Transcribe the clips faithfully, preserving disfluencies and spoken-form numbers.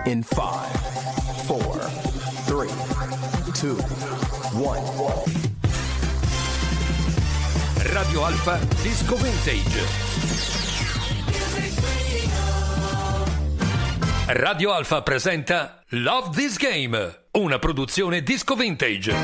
In five, four, three, two, one. Radio Alfa Disco Vintage. Radio Alfa presenta Love This Game, una produzione Disco Vintage.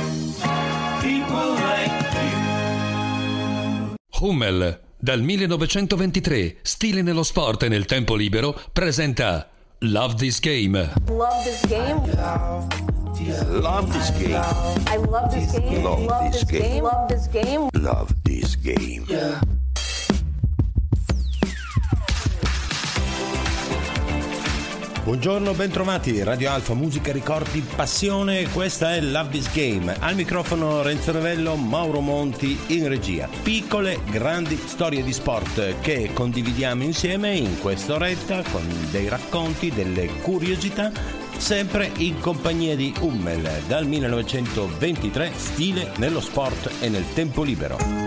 Hummel, dal millenovecentoventitré, stile nello sport e nel tempo libero, presenta Love This Game. Love this game. Love this game. I love this game. Love Love this this game. game. Love this game. Love this game. Yeah. Buongiorno, bentrovati, Radio Alfa, musica, ricordi, passione, questa è Love This Game. Al microfono Renzo Revello, Mauro Monti in regia. Piccole, grandi storie di sport che condividiamo insieme in questa oretta con dei racconti, delle curiosità, sempre in compagnia di Hummel, dal millenovecentoventitré, stile nello sport e nel tempo libero.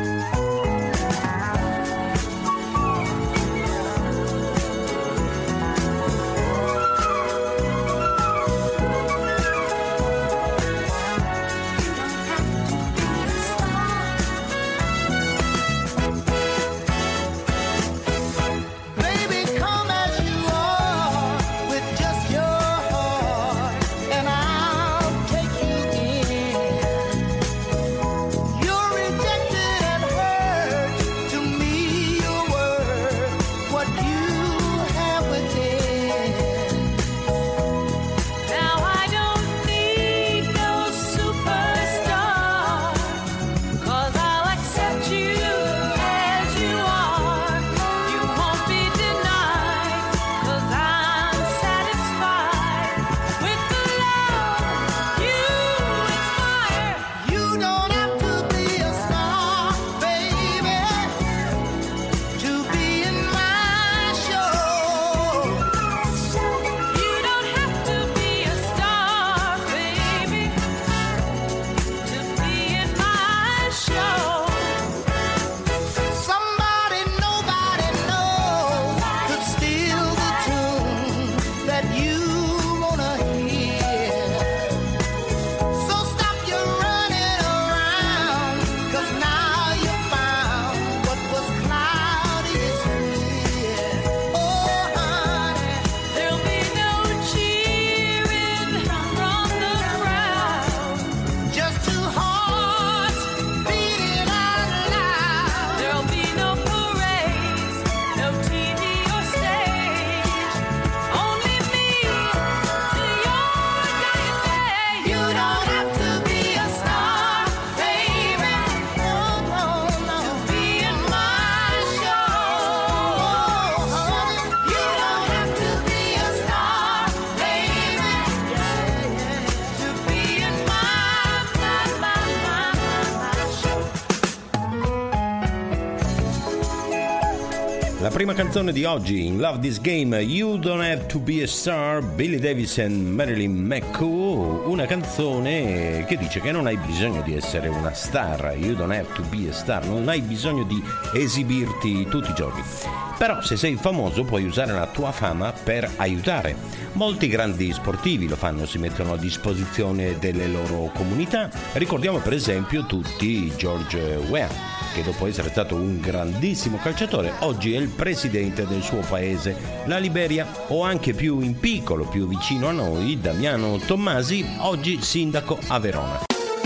La prima canzone di oggi in Love This Game, You Don't Have to Be a Star, Billy Davis and Marilyn McCoo, una canzone che dice che non hai bisogno di essere una star, You Don't Have to Be a Star, non hai bisogno di esibirti tutti i giorni. Però se sei famoso puoi usare la tua fama per aiutare. Molti grandi sportivi lo fanno, si mettono a disposizione delle loro comunità. Ricordiamo per esempio tutti George Weah, che dopo essere stato un grandissimo calciatore, oggi è il presidente del suo paese, la Liberia, o anche più in piccolo, più vicino a noi, Damiano Tommasi, oggi sindaco a Verona.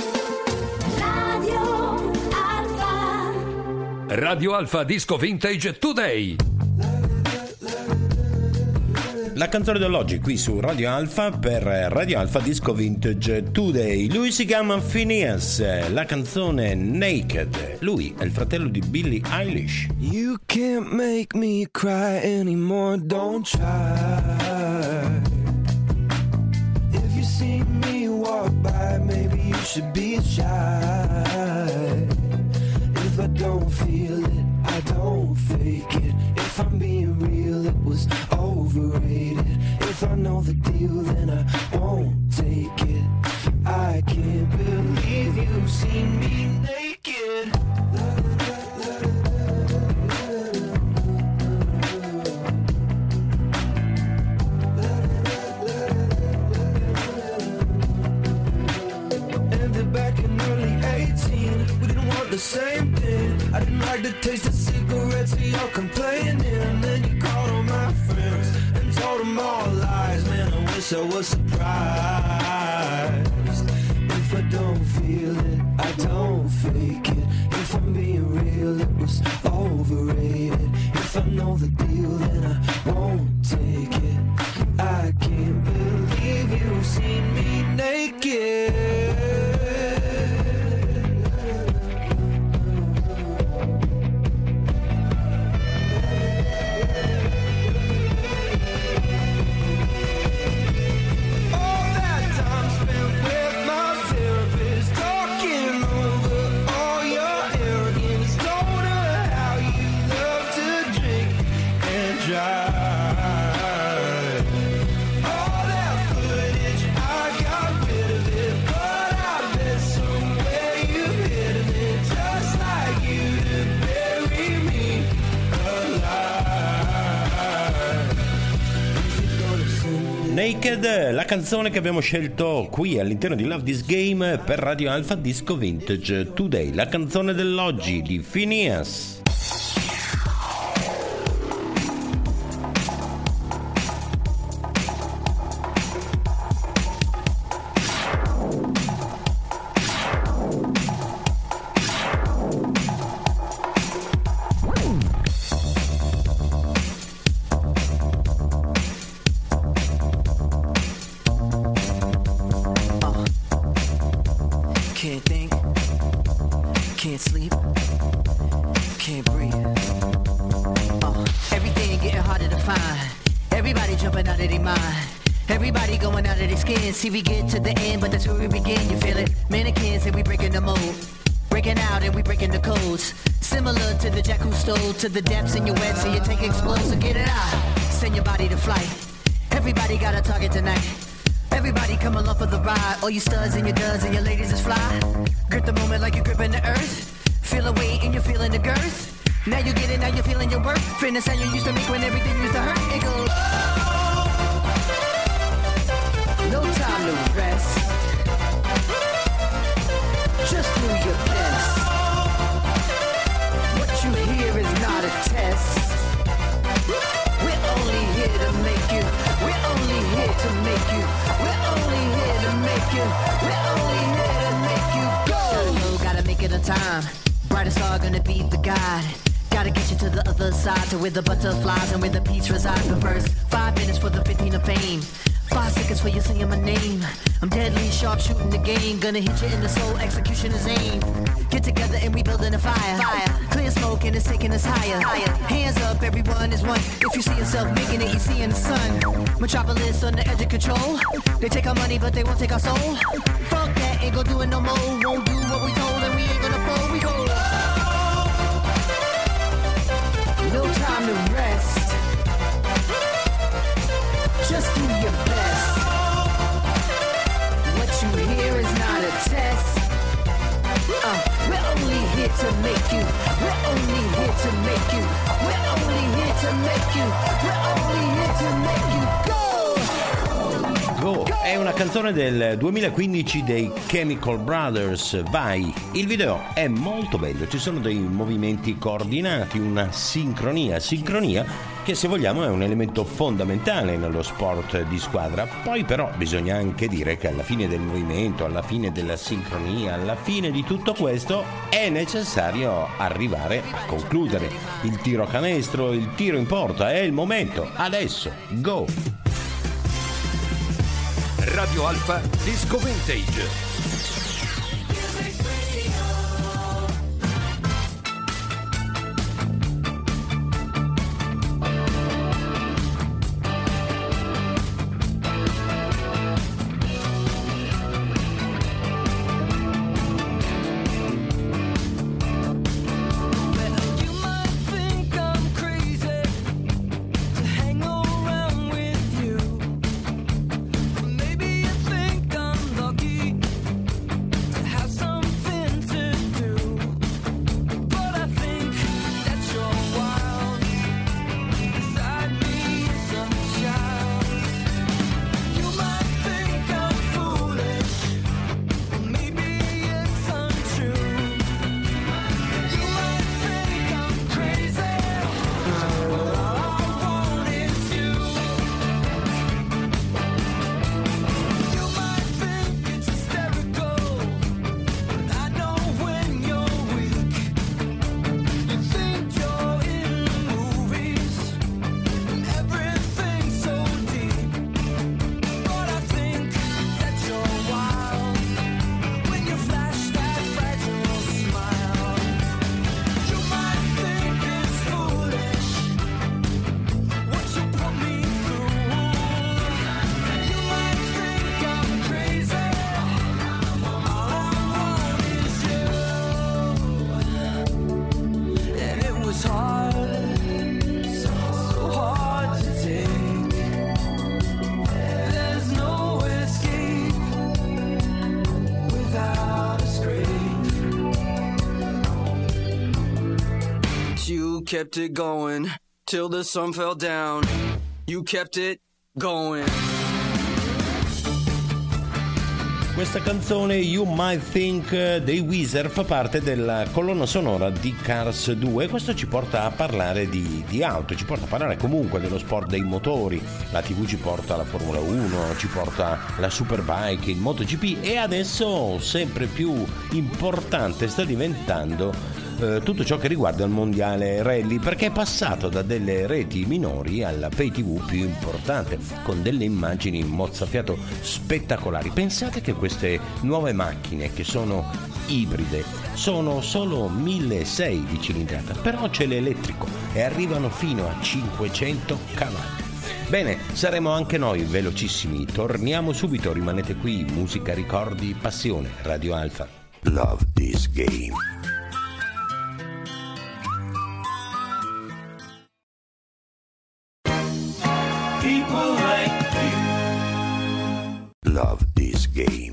Radio Alfa. Radio Alfa Disco Vintage Today. La canzone dell'oggi qui su Radio Alfa per Radio Alfa Disco Vintage Today. Lui si chiama Phineas, la canzone Naked. Lui è il fratello di Billie Eilish. You can't make me cry anymore, don't try. If you see me walk by, maybe you should be shy. If I don't feel it, I don't fake it. If I'm being real, it was overrated. If I know the deal, then I won't take it. I can't believe you've seen me naked. the same thing. I didn't like the taste of cigarettes, so you're complaining. Then you called all my friends and told them all lies. Man, I wish I was surprised. If I don't feel it, I don't fake it. If I'm being real, it was overrated. If I know the deal, then I won't take it. I can't believe you've seen me naked. Naked, la canzone che abbiamo scelto qui all'interno di Love This Game per Radio Alpha Disco Vintage Today, la canzone dell'oggi di Phineas. Can't think, can't sleep, can't breathe. Uh, everything getting harder to find. Everybody jumping out of their mind. Everybody going out of their skin. See, we get to the end, but that's where we begin. You feel it? Mannequins and we breaking the mold. Breaking out and we breaking the codes. Similar to the jack who stole to the depths in your wet, so you take explosive. So get it out, send your body to flight. Everybody got a target tonight. Everybody come along for the ride. All you studs and your duds and your ladies is fly. Grip the moment like you're gripping the earth. Feel the weight and you're feeling the girth. Now you get it, now you're feeling your worth. Fitness how you used to make when everything used to hurt. It goes, no time to rest. Just do your best. What you hear is not a test. We're only here to make you. We're only here to make you. We're only here to make you. We're only here to make you go. Solo, gotta make it on time. Brightest star gonna be the guide. Gotta get you to the other side, to where the butterflies and where the peace resides. But first, five minutes for the fifteen of fame. Five seconds for you saying my name. I'm deadly sharp shooting the game. Gonna hit you in the soul, execution is aim. Get together and we building a fire. Fire. Clear smoke and it's taking us higher. Higher. Hands up, everyone is one. If you see yourself making it, you see in the sun. Metropolis on the edge of control. They take our money, but they won't take our soul. Fuck that, ain't gonna do it no more. Won't do what we told and we ain't gonna fold. We go. No time to rest. Just do your best. What you hear is not a test. Uh, we're only here to make you. We're only here to make you. We're only here to make you. We're only here to make you go. Go è una canzone del duemilaquindici dei Chemical Brothers. Vai, il video è molto bello, ci sono dei movimenti coordinati, una sincronia, sincronia che se vogliamo è un elemento fondamentale nello sport di squadra. Poi però bisogna anche dire che alla fine del movimento, alla fine della sincronia, alla fine di tutto questo è necessario arrivare a concludere. Il tiro a canestro, il tiro in porta, è il momento, adesso, go! Radio Alpha Disco Vintage. Maybe you think I'm lucky. kept it going till the sun fell down. You kept it going. Questa canzone You Might Think dei Weezer fa parte della colonna sonora di Cars due. Questo ci porta a parlare di, di auto, ci porta a parlare comunque dello sport dei motori. La tivù ci porta alla Formula uno, ci porta la Superbike, il MotoGP e adesso sempre più importante sta diventando eh, tutto ciò che riguarda il mondiale rally, perché è passato da delle reti minori alla pay tivù più importante, con delle immagini mozzafiato spettacolari. Pensate che queste nuove macchine, che sono ibride, sono solo milleseicento di cilindrata, però c'è l'elettrico e arrivano fino a cinquecento cavalli. Bene, saremo anche noi velocissimi, torniamo subito, rimanete qui, musica, ricordi, passione, Radio Alfa. Love this game. People like you. Love this game.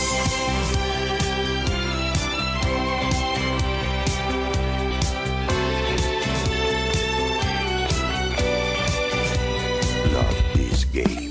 Love this game.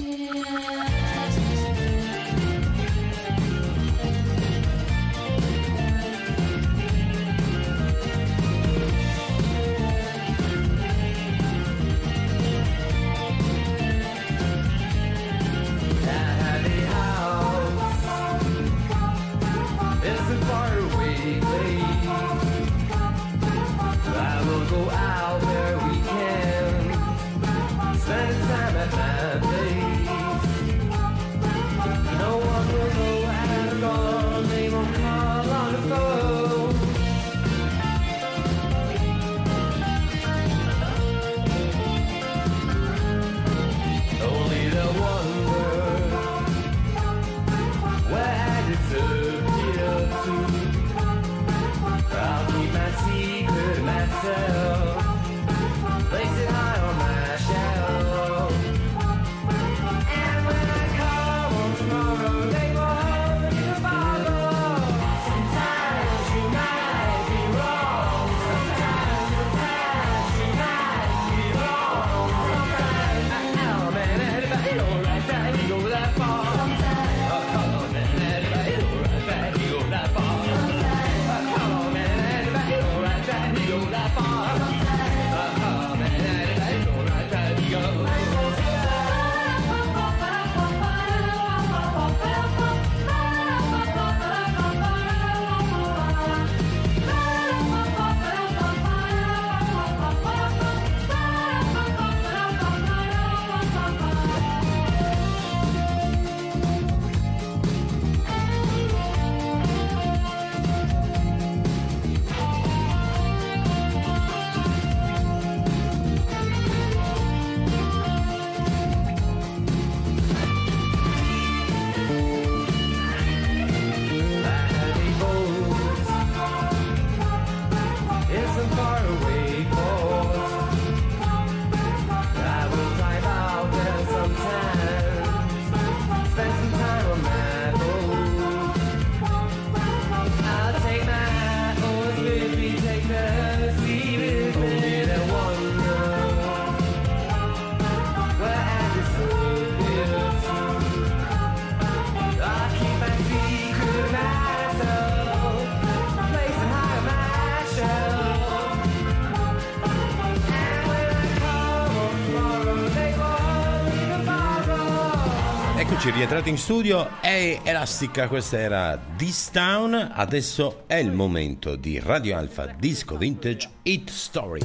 Eccoci rientrati in studio, è Elastica, questa era This Town, adesso è il momento di Radio Alfa Disco Vintage Hit Story.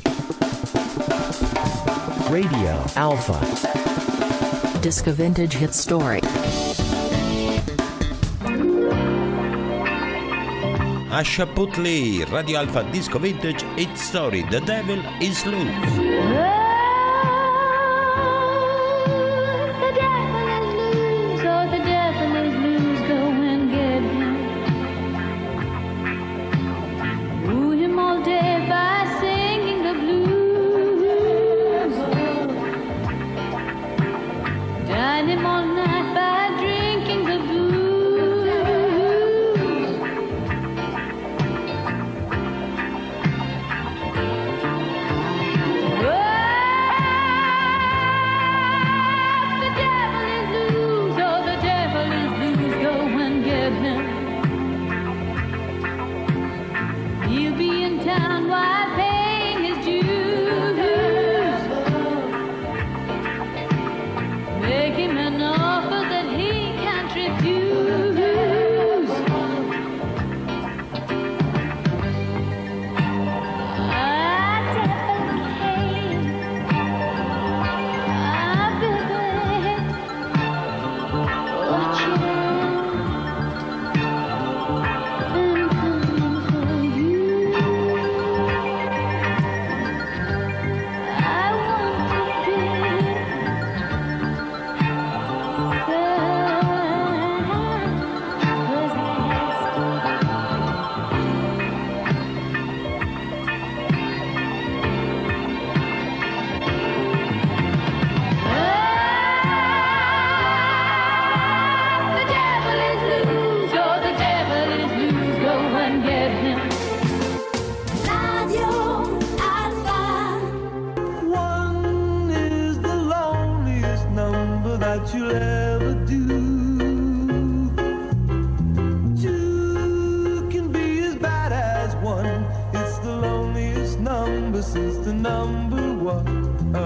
Radio Alpha Disco Vintage Hit Story. Asha Putley, Radio Alfa Disco Vintage Hit Story, The Devil is Loose. Thank you. that you'll ever do. Two can be as bad as one. It's the loneliest number since the number one.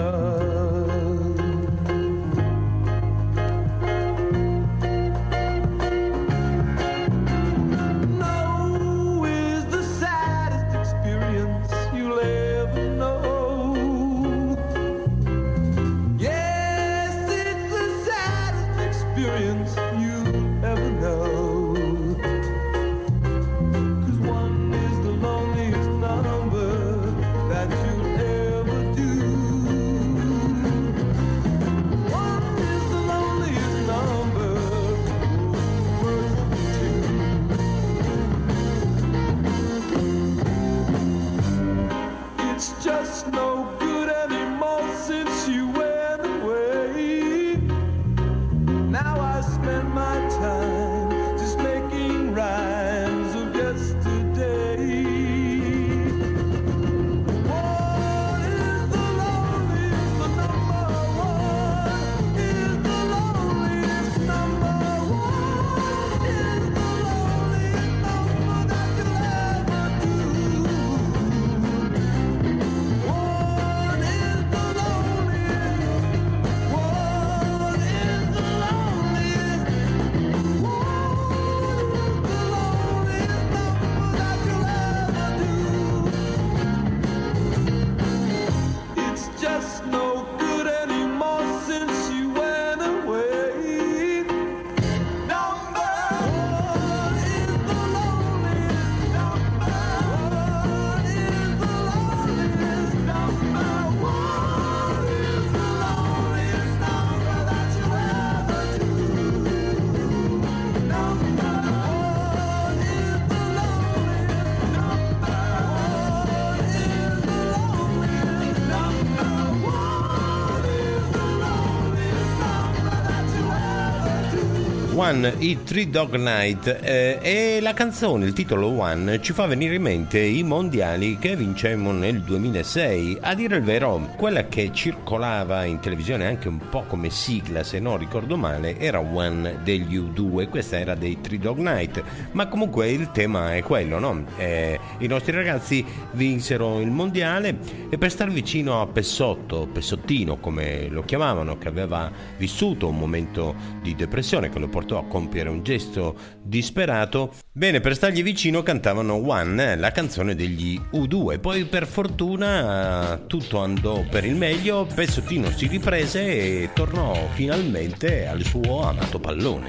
One, i Three Dog Night, eh, e la canzone, il titolo One, ci fa venire in mente i mondiali che vincemmo nel duemilasei. A dire il vero, quella che circolava in televisione anche un po' come sigla, se non ricordo male, era One degli U due, questa era dei Three Dog Night, ma comunque il tema è quello, no? Eh, i nostri ragazzi vinsero il mondiale e per star vicino a Pessotto, Pessottino come lo chiamavano, che aveva vissuto un momento di depressione che lo portò a compiere un gesto disperato, bene, per stargli vicino cantavano One, la canzone degli U due. Poi per fortuna tutto andò per il meglio, Pessottino si riprese e tornò finalmente al suo amato pallone.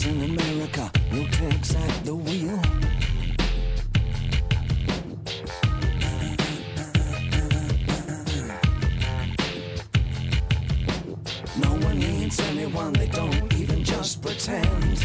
No one needs anyone, they don't even just pretend.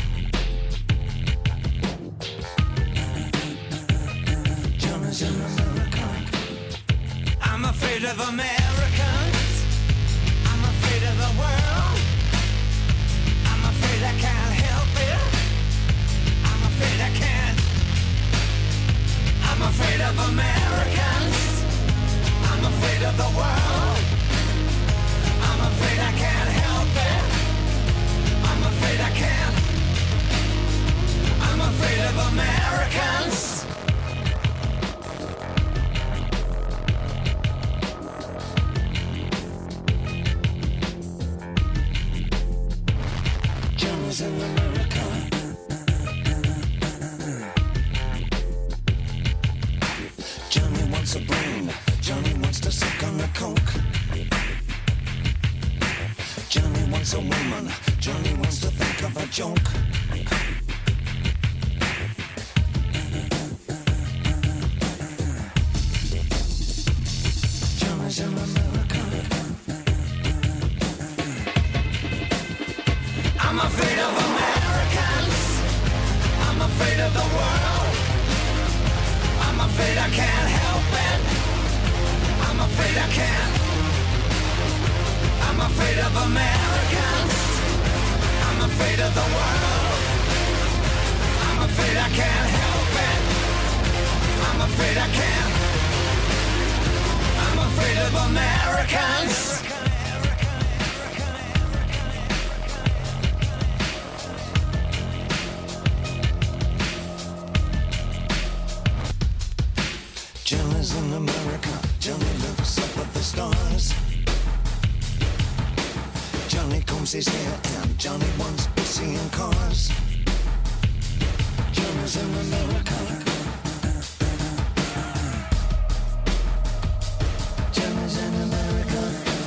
Johnny's in America. I'm afraid of Americans. I'm afraid of the world. I'm afraid I can't help it. I'm afraid I can't. I'm afraid of Americans. I'm afraid of the world. I'm afraid I can't help it. I'm afraid I can't. I'm afraid of Americans. Johnny's in America. Johnny wants a brain. Johnny wants to suck on the coke. Johnny wants a woman. Johnny wants to think of a joke. Johnny's in America. I'm afraid of Americans. I'm afraid of the world. I'm afraid I can't help it. I'm afraid I can't. I'm afraid of Americans. I'm afraid of the world. I'm afraid I can't help it. I'm afraid I can't. I'm afraid of Americans. Jesse's here and Johnny wants to see in cars. Johnny's in America. Johnny's in America.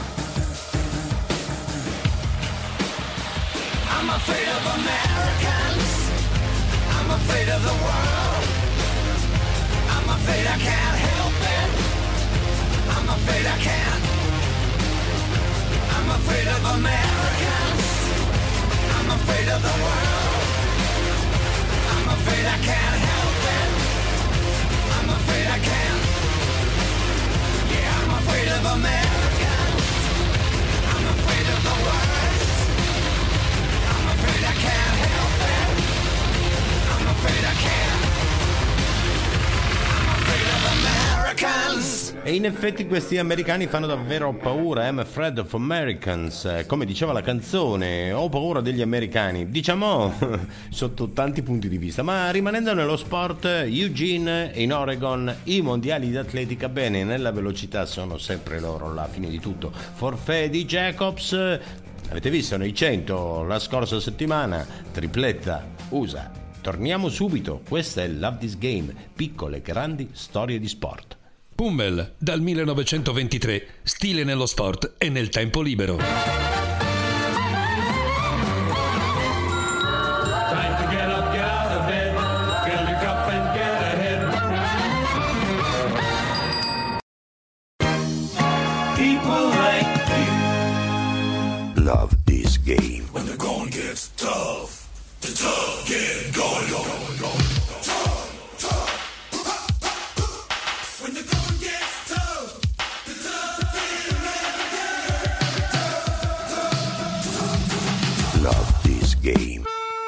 I'm afraid of Americans. I'm afraid of the world. I'm afraid I can't help it. I'm afraid I can't. I'm afraid of Americans. I'm afraid of the world. I'm afraid I can't help it. I'm afraid I can't. Yeah, I'm afraid of Americans. I'm afraid of the world. I'm afraid I can't help it. I'm afraid I can't. I'm afraid of Americans. E in effetti questi americani fanno davvero paura. I'm afraid of Americans. Come diceva la canzone, ho paura degli americani. Diciamo sotto tanti punti di vista. Ma rimanendo nello sport, Eugene in Oregon, i mondiali di atletica, bene, nella velocità sono sempre loro la fine di tutto. Forfait di Jacobs. Avete visto nei cento la scorsa settimana, tripletta U S A. Torniamo subito. Questa è Love This Game, piccole grandi storie di sport. Hummel, dal millenovecentoventitré, stile nello sport e nel tempo libero. Time to get up, get out of bed, fill your cup and get ahead. People like you love this game. when the going gets tough. The tough get going, going, going. Tough, tough. When the going gets tough, the tough get Love this game.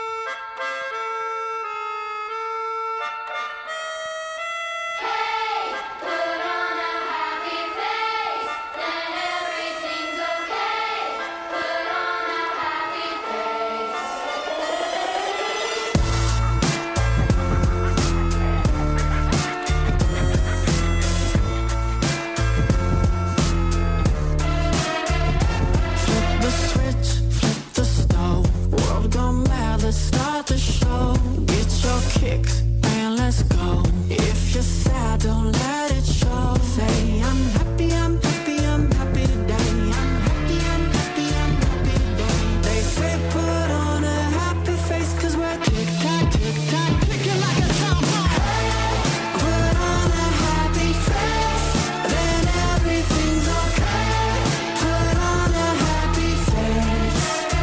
The switch, flip the stove. World gone mad, let's start the show. Get your kicks and let's go. If you're sad, don't let it show. Say I'm happy, I'm happy, I'm happy today. I'm happy, I'm happy, I'm happy today. They say put on a happy face, cause we're tick-tock, tick-tock, ticking like a trombone. Put on a happy face, then everything's okay. Put on a happy face.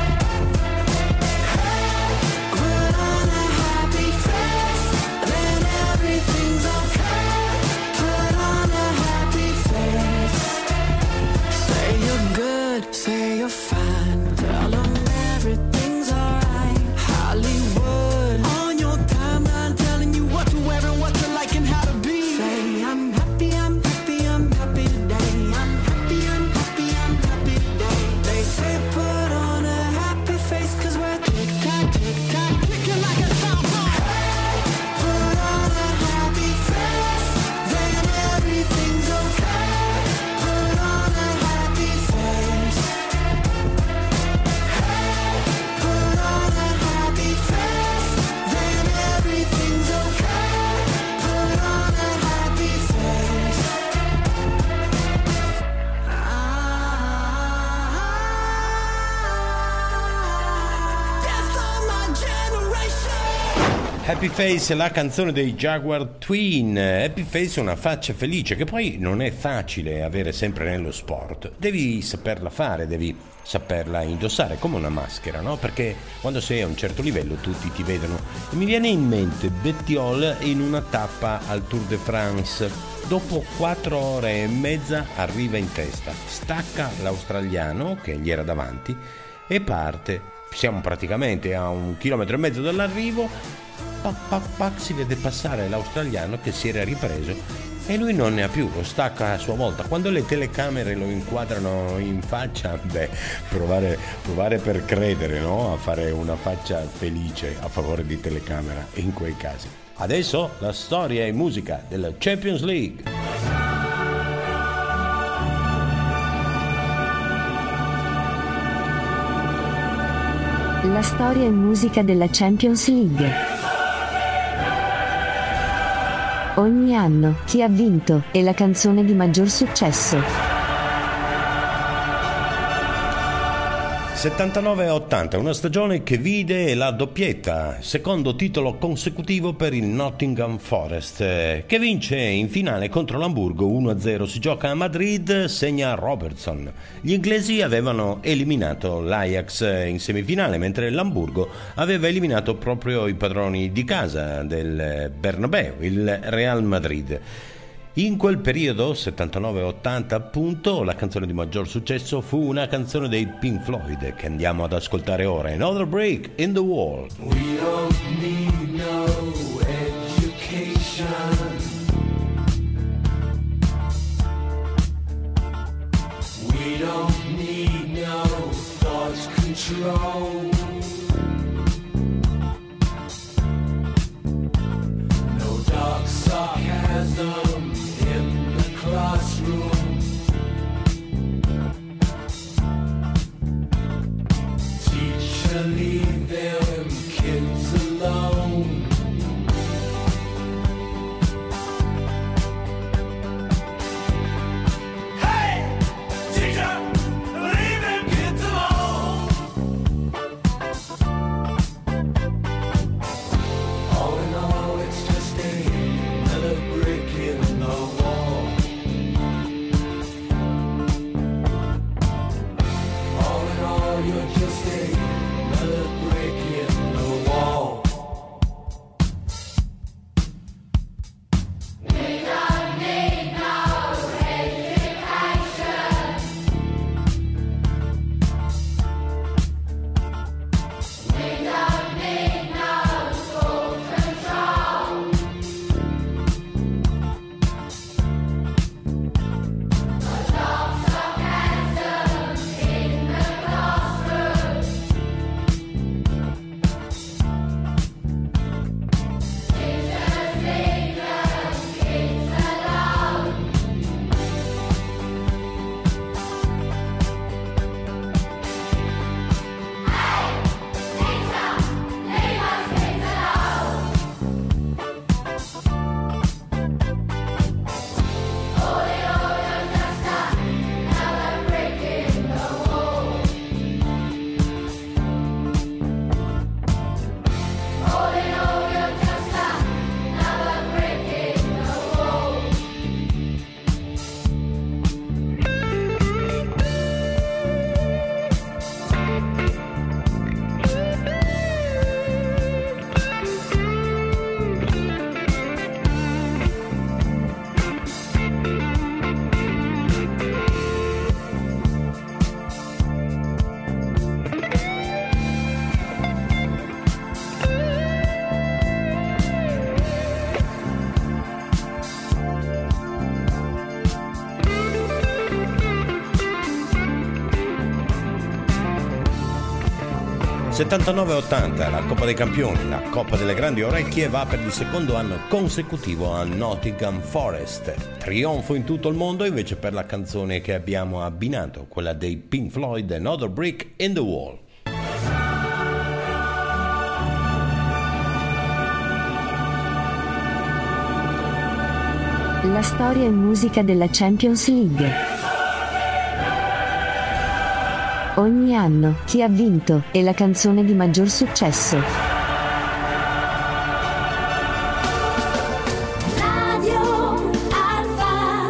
Put on a happy face, then everything's okay. Put on a happy face. Say you're good, say you're fine. Tell them everything's alright. Hollywood on your timeline, telling you what to wear and what to like and how to be. Say I'm happy, I'm happy, I'm happy today. I'm happy, I'm happy, I'm happy today. They say put on a happy face, cause we're tick-tock, tick-tock, ticking like a trombone. Put on a happy face, then everything's okay. Put on a happy face. Put on a happy face, then everything's okay. Put on a happy face. Death on my generation. Happy Face, la canzone dei Jaguar Twin. Happy Face è una faccia felice, che poi non è facile avere sempre nello sport. Devi saperla fare, devi saperla indossare come una maschera, no? Perché quando sei a un certo livello tutti ti vedono. E mi viene in mente Bettiol in una tappa al Tour de France. Dopo quattro ore e mezza arriva in testa, stacca l'australiano che gli era davanti e parte. Siamo praticamente a un chilometro e mezzo dall'arrivo. Pac, pac, pac, si vede passare l'australiano che si era ripreso e lui non ne ha più, lo stacca a sua volta. Quando le telecamere lo inquadrano in faccia, beh, provare, provare per credere, no? A fare una faccia felice a favore di telecamera in quei casi. Adesso la storia e musica della Champions League. La storia e musica della Champions League. Ogni anno, chi ha vinto, e la canzone di maggior successo. settantanove ottanta, una stagione che vide la doppietta, secondo titolo consecutivo per il Nottingham Forest, che vince in finale contro l'Amburgo uno a zero. Si gioca a Madrid, segna Robertson. Gli inglesi avevano eliminato l'Ajax in semifinale, mentre l'Amburgo aveva eliminato proprio i padroni di casa del Bernabeu, il Real Madrid. In quel periodo, settantanove ottanta appunto, la canzone di maggior successo fu una canzone dei Pink Floyd che andiamo ad ascoltare ora, Another Brick in the Wall. We don't need no education. We don't need no thought control. No dark sarcasm in the classroom. Teacher, leave them kids alone. Hey, teacher, leave them kids alone. All in all, it's just another brick in the wall. All in all, you're just another brick in the wall. We don't need no education. We don't need no school control. No dark sarcasm in the classroom. Teachers, leave them kids alone. Hey, teacher, leave us kids alone. All in all, you're just another brick in the wall. All in all, you're just another brick in the wall. settantanove ottanta, la Coppa dei Campioni, la Coppa delle Grandi Orecchie va per il secondo anno consecutivo a Nottingham Forest. Trionfo in tutto il mondo invece per la canzone che abbiamo abbinato, quella dei Pink Floyd, Another Brick in the Wall. La storia e musica della Champions League. Ogni anno, chi ha vinto, e la canzone di maggior successo. Radio Alfa.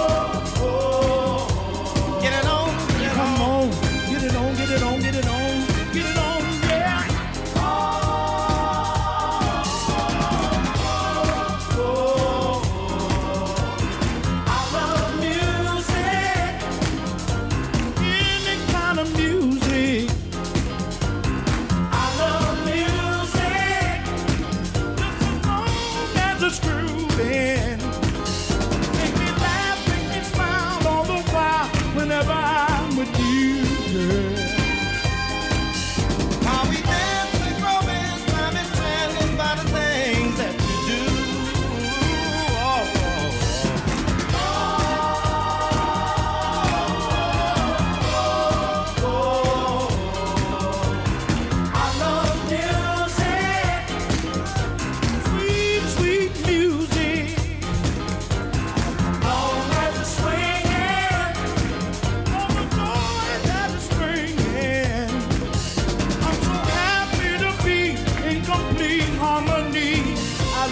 Get it on, get it on, get it on, get it on, get it on.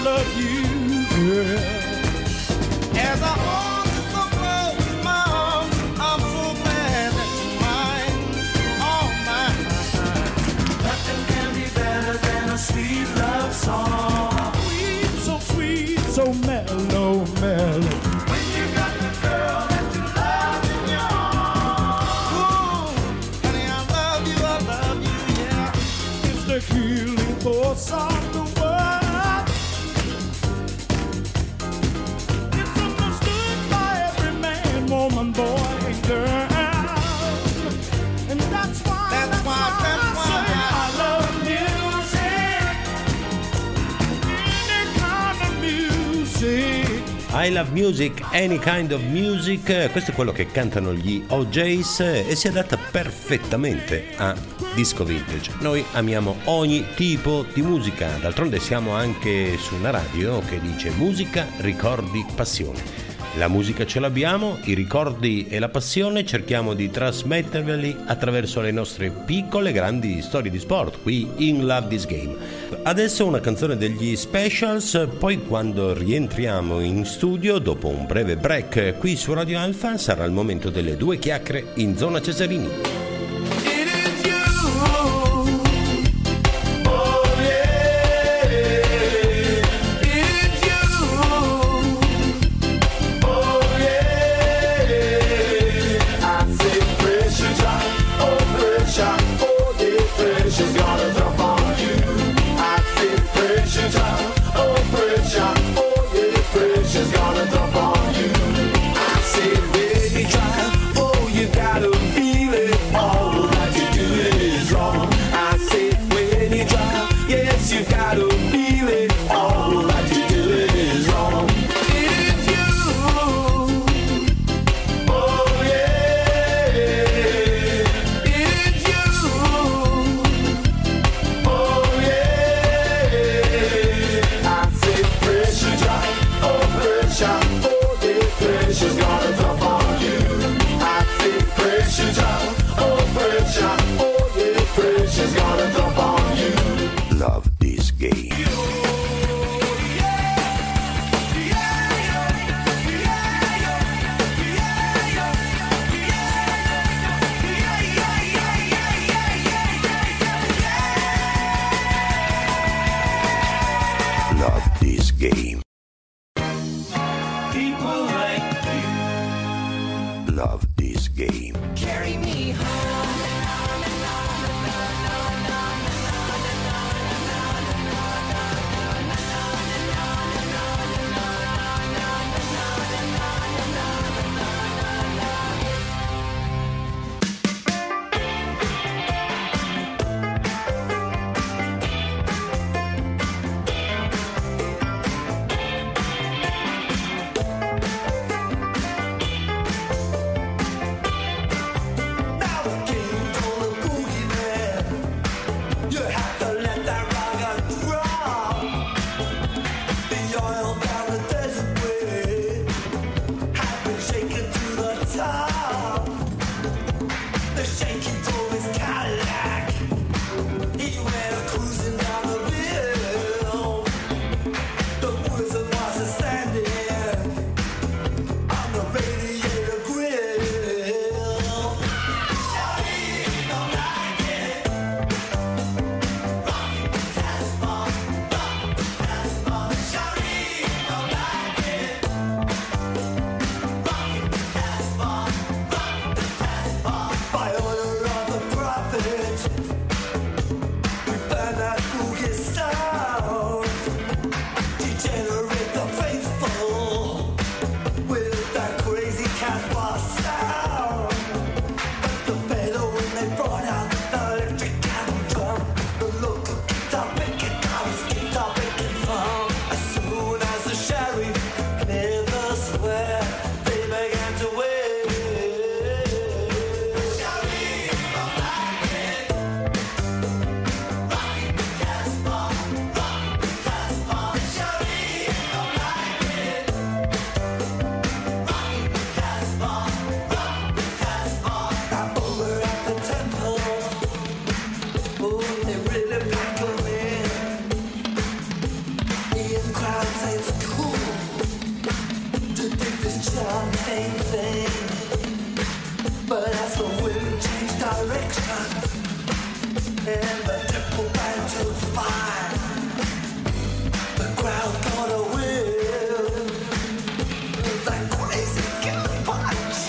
love you, girl. As I hold you so close in my arms, I'm so glad that you're mine, all mine. Nothing can be better than a sweet love song. Sweet, so sweet, so mellow, mellow. When you got the girl that you love in your arms. Ooh, honey, I love you, I love you, yeah. It's the healing force of the world. It's understood by every man, woman, boy, and girl. And that's why, that's, that's why, why that's I why say I love music. Any kind of music. I love music, any kind of music, questo è quello che cantano gli O Js e si adatta perfettamente a disco vintage. Noi amiamo ogni tipo di musica, d'altronde siamo anche su una radio che dice musica, ricordi, passione. La musica ce l'abbiamo, i ricordi e la passione cerchiamo di trasmetterveli attraverso le nostre piccole grandi storie di sport qui in Love This Game. Adesso una canzone degli Specials, poi quando rientriamo in studio dopo un breve break qui su Radio Alfa sarà il momento delle due chiacchiere in zona Cesarini. Love This Game. Love This Game. People like you. Love This Game. Carry me home. And the triple banjo's fine. The crowd gonna win. That crazy killer punch.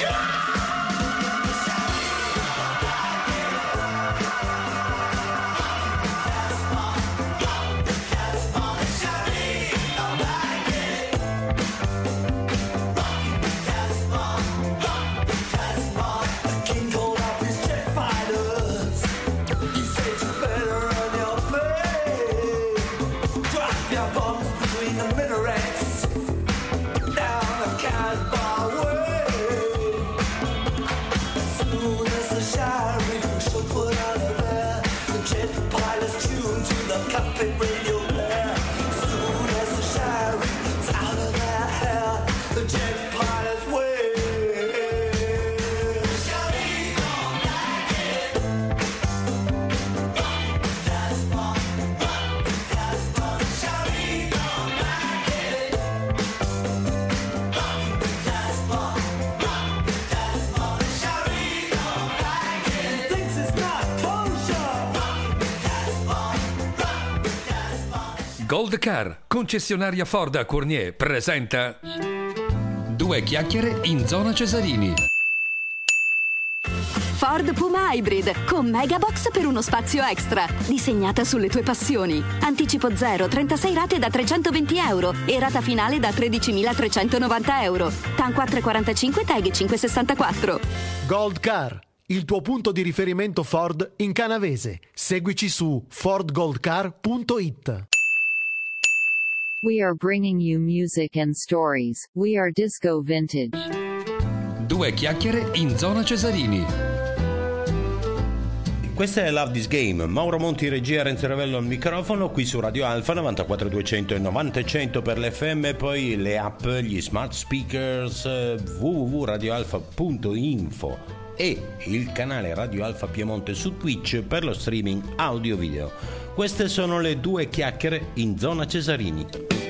The king called up his jet fighters. He said you better run your play. Drop your bombs between the minarets. Down the Casbah way. As soon as the sheriff should put out of there, the jet pilots tune to the cockpit radio blare. As soon as the sheriff's out of their hair, the jet pilots way. Thinks it's not kosher. Gold Car, concessionaria Ford a Cournier, presenta Due chiacchiere in zona Cesarini. Ford Puma Hybrid con Megabox per uno spazio extra. Disegnata sulle tue passioni. Anticipo zero, trentasei rate da trecentoventi euro e rata finale da tredicimilatrecentonovanta euro. T A N quattro virgola quarantacinque, T A G cinque virgola sessantaquattro. Gold Car, il tuo punto di riferimento Ford in Canavese. Seguici su ford gold car punto it. We are bringing you music and stories. We are Disco Vintage. Due chiacchiere in zona Cesarini. Questa è Love This Game. Mauro Monti, regia, Renzo Ravello al microfono, qui su Radio Alfa novantaquattro duecento e novanta cento per l'F M, poi le app, gli smart speakers, w w w punto radio alfa punto info e il canale Radio Alfa Piemonte su Twitch per lo streaming audio video. Queste sono le due chiacchiere in zona Cesarini.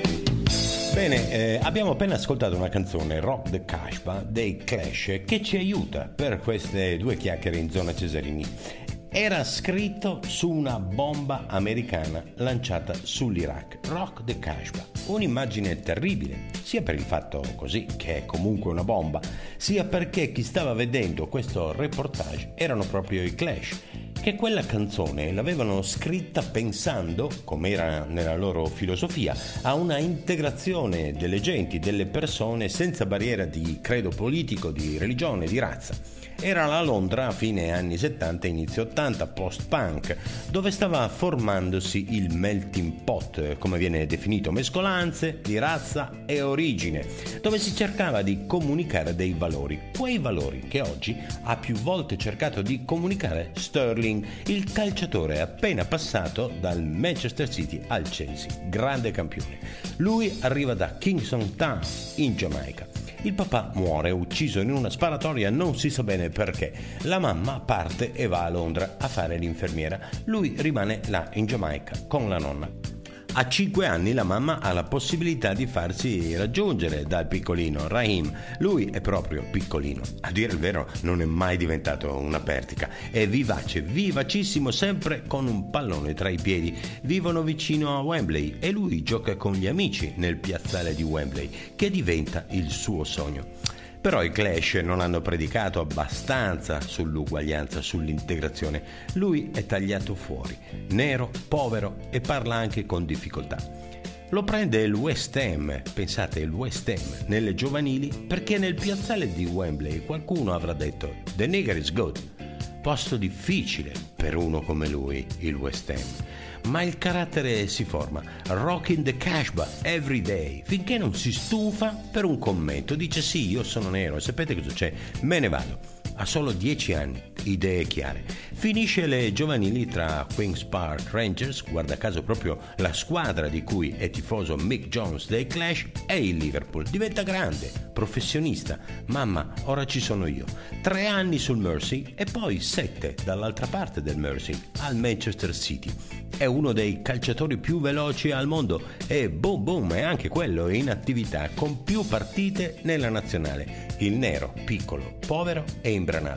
Bene, eh, abbiamo appena ascoltato una canzone, Rock the Casbah, dei Clash, che ci aiuta per queste due chiacchiere in zona Cesarini. Era scritto su una bomba americana lanciata sull'Iraq. Rock the Casbah, un'immagine terribile, sia per il fatto così che è comunque una bomba, sia perché chi stava vedendo questo reportage erano proprio i Clash, che quella canzone l'avevano scritta pensando, come era nella loro filosofia, a una integrazione delle genti, delle persone senza barriera di credo politico, di religione, di razza. Era la Londra a fine anni settanta, inizio ottanta, post-punk, dove stava formandosi il melting pot, come viene definito, mescolanze di razza e origine, dove si cercava di comunicare dei valori, quei valori che oggi ha più volte cercato di comunicare Sterling, il calciatore appena passato dal Manchester City al Chelsea, grande campione. Lui arriva da Kingston Town, in Giamaica. Il papà muore ucciso in una sparatoria, non si sa bene perché. La mamma parte e va a Londra a fare l'infermiera. Lui rimane là in Giamaica con la nonna. A cinque anni la mamma ha la possibilità di farsi raggiungere dal piccolino Raheem. Lui è proprio piccolino, a dire il vero non è mai diventato una pertica, è vivace, vivacissimo, sempre con un pallone tra i piedi. Vivono vicino a Wembley e lui gioca con gli amici nel piazzale di Wembley, che diventa il suo sogno. Però i Clash non hanno predicato abbastanza sull'uguaglianza, sull'integrazione. Lui è tagliato fuori, nero, povero e parla anche con difficoltà. Lo prende il West Ham, pensate il West Ham, nelle giovanili, perché nel piazzale di Wembley qualcuno avrà detto "The nigger is good". Posto difficile per uno come lui, il West Ham. Ma il carattere si forma, rocking the Casbah every day, finché non si stufa per un commento. Dice sì, io sono nero e sapete cosa c'è? Me ne vado. Ha solo dieci anni, idee chiare. Finisce le giovanili tra Queen's Park Rangers, guarda caso proprio la squadra di cui è tifoso Mick Jones dei Clash, e il Liverpool. Diventa grande, professionista. Mamma, ora ci sono io. Tre anni sul Mersey e poi sette dall'altra parte del Mersey, al Manchester City. È uno dei calciatori più veloci al mondo e boom boom è anche quello in attività con più partite nella nazionale. Il nero, piccolo, povero e imbranato.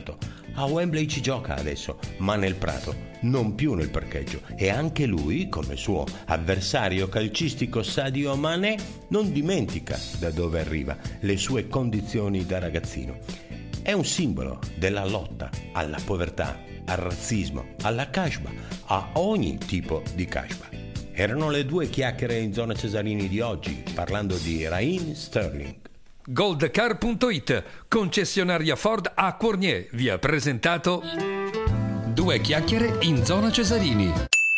A Wembley ci gioca adesso, ma nel prato, non più nel parcheggio. E anche lui, come suo avversario calcistico Sadio Mané, non dimentica da dove arriva, le sue condizioni da ragazzino. È un simbolo della lotta alla povertà, al razzismo, alla kashba, a ogni tipo di kashba. Erano le due chiacchiere in zona Cesarini di oggi, parlando di Raheem Sterling. Goldcar punto it, concessionaria Ford a Cournier, vi ha presentato Due chiacchiere in zona Cesarini.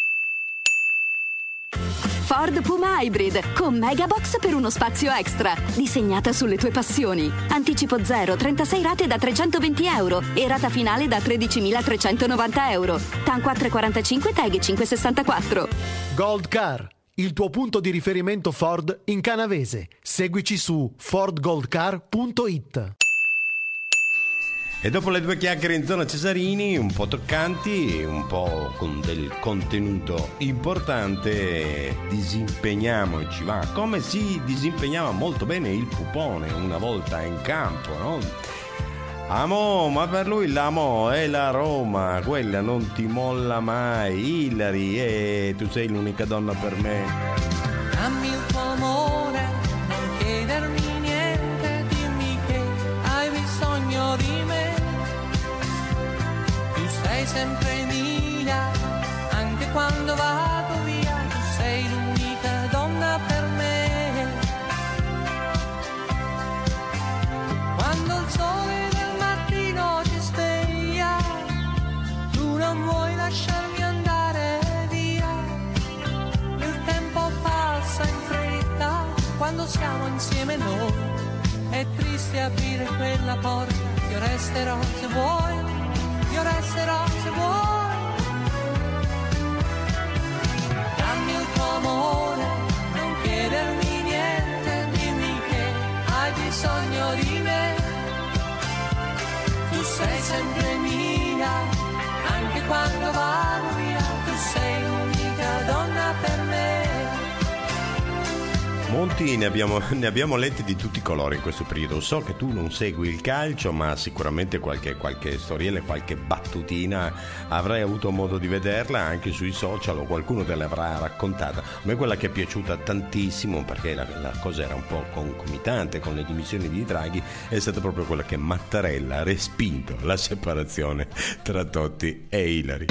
Ford Puma Hybrid con Megabox per uno spazio extra, disegnata sulle tue passioni. Anticipo zero, trentasei rate da trecentoventi euro e rata finale da tredicimilatrecentonovanta euro. T A N quattro virgola quarantacinque, T E G cinque virgola sessantaquattro. Gold Car, il tuo punto di riferimento Ford in Canavese. Seguici su ford gold car punto it. E dopo le due chiacchiere in zona Cesarini, un po' toccanti, un po' con del contenuto importante, disimpegniamoci, va, come si disimpegnava molto bene il Pupone una volta in campo, no? Amo, ma per lui l'amo è la Roma, quella non ti molla mai, Ilari, e tu sei l'unica donna per me. Dammi il tuo amore, non chiedermi niente, dimmi che hai bisogno di me. Sei sempre mia, anche quando vado via, tu sei l'unica donna per me. Quando il sole del mattino ci sveglia, tu non vuoi lasciarmi andare via. Il tempo passa in fretta, quando siamo insieme noi, è triste aprire quella porta, io resterò se vuoi. Io resterò se vuoi. Dammi il tuo amore, non chiedermi niente, dimmi che hai bisogno di me. Tu sei sempre mia, anche quando vado via, tu sei l'unica donna per me. Monti, ne abbiamo, ne abbiamo letti di tutti i colori in questo periodo. So che tu non segui il calcio, ma sicuramente qualche, qualche storiella, qualche battutina avrai avuto modo di vederla anche sui social, o qualcuno te l'avrà raccontata. A me quella che è piaciuta tantissimo, perché la, la cosa era un po' concomitante con le dimissioni di Draghi, è stata proprio quella che Mattarella ha respinto la separazione tra Totti e Ilari.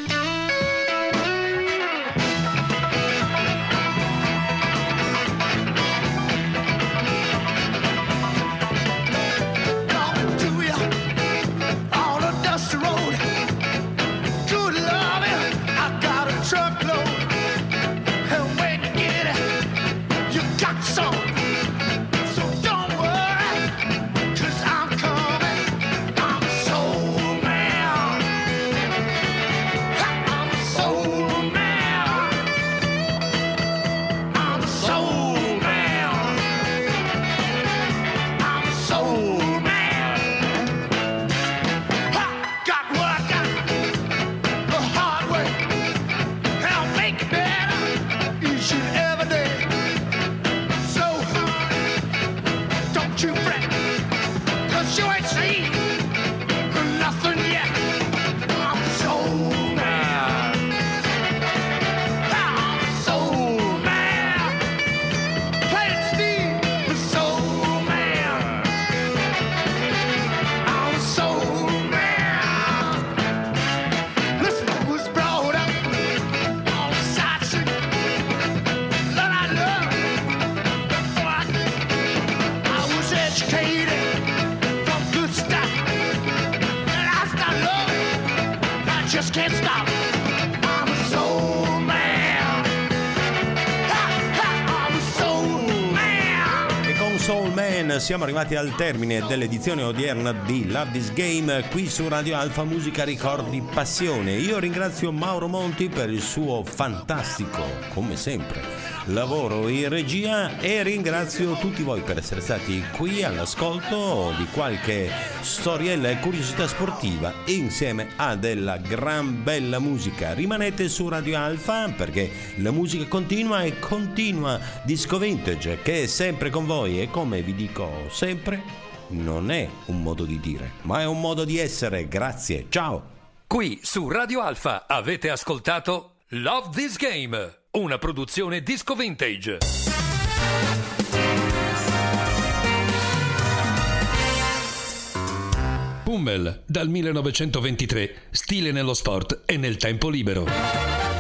Siamo arrivati al termine dell'edizione odierna di Love This Game qui su Radio Alfa, musica, ricordi, passione. Io ringrazio Mauro Monti per il suo fantastico, come sempre, lavoro in regia, e ringrazio tutti voi per essere stati qui all'ascolto di qualche storiella e curiosità sportiva insieme a della gran bella musica. Rimanete su Radio Alfa perché la musica continua e continua. Disco Vintage che è sempre con voi, e come vi dico sempre, non è un modo di dire, ma è un modo di essere. Grazie, ciao. Qui su Radio Alfa avete ascoltato Love This Game, una produzione Disco Vintage. Hummel, dal millenovecentoventitré, stile nello sport e nel tempo libero.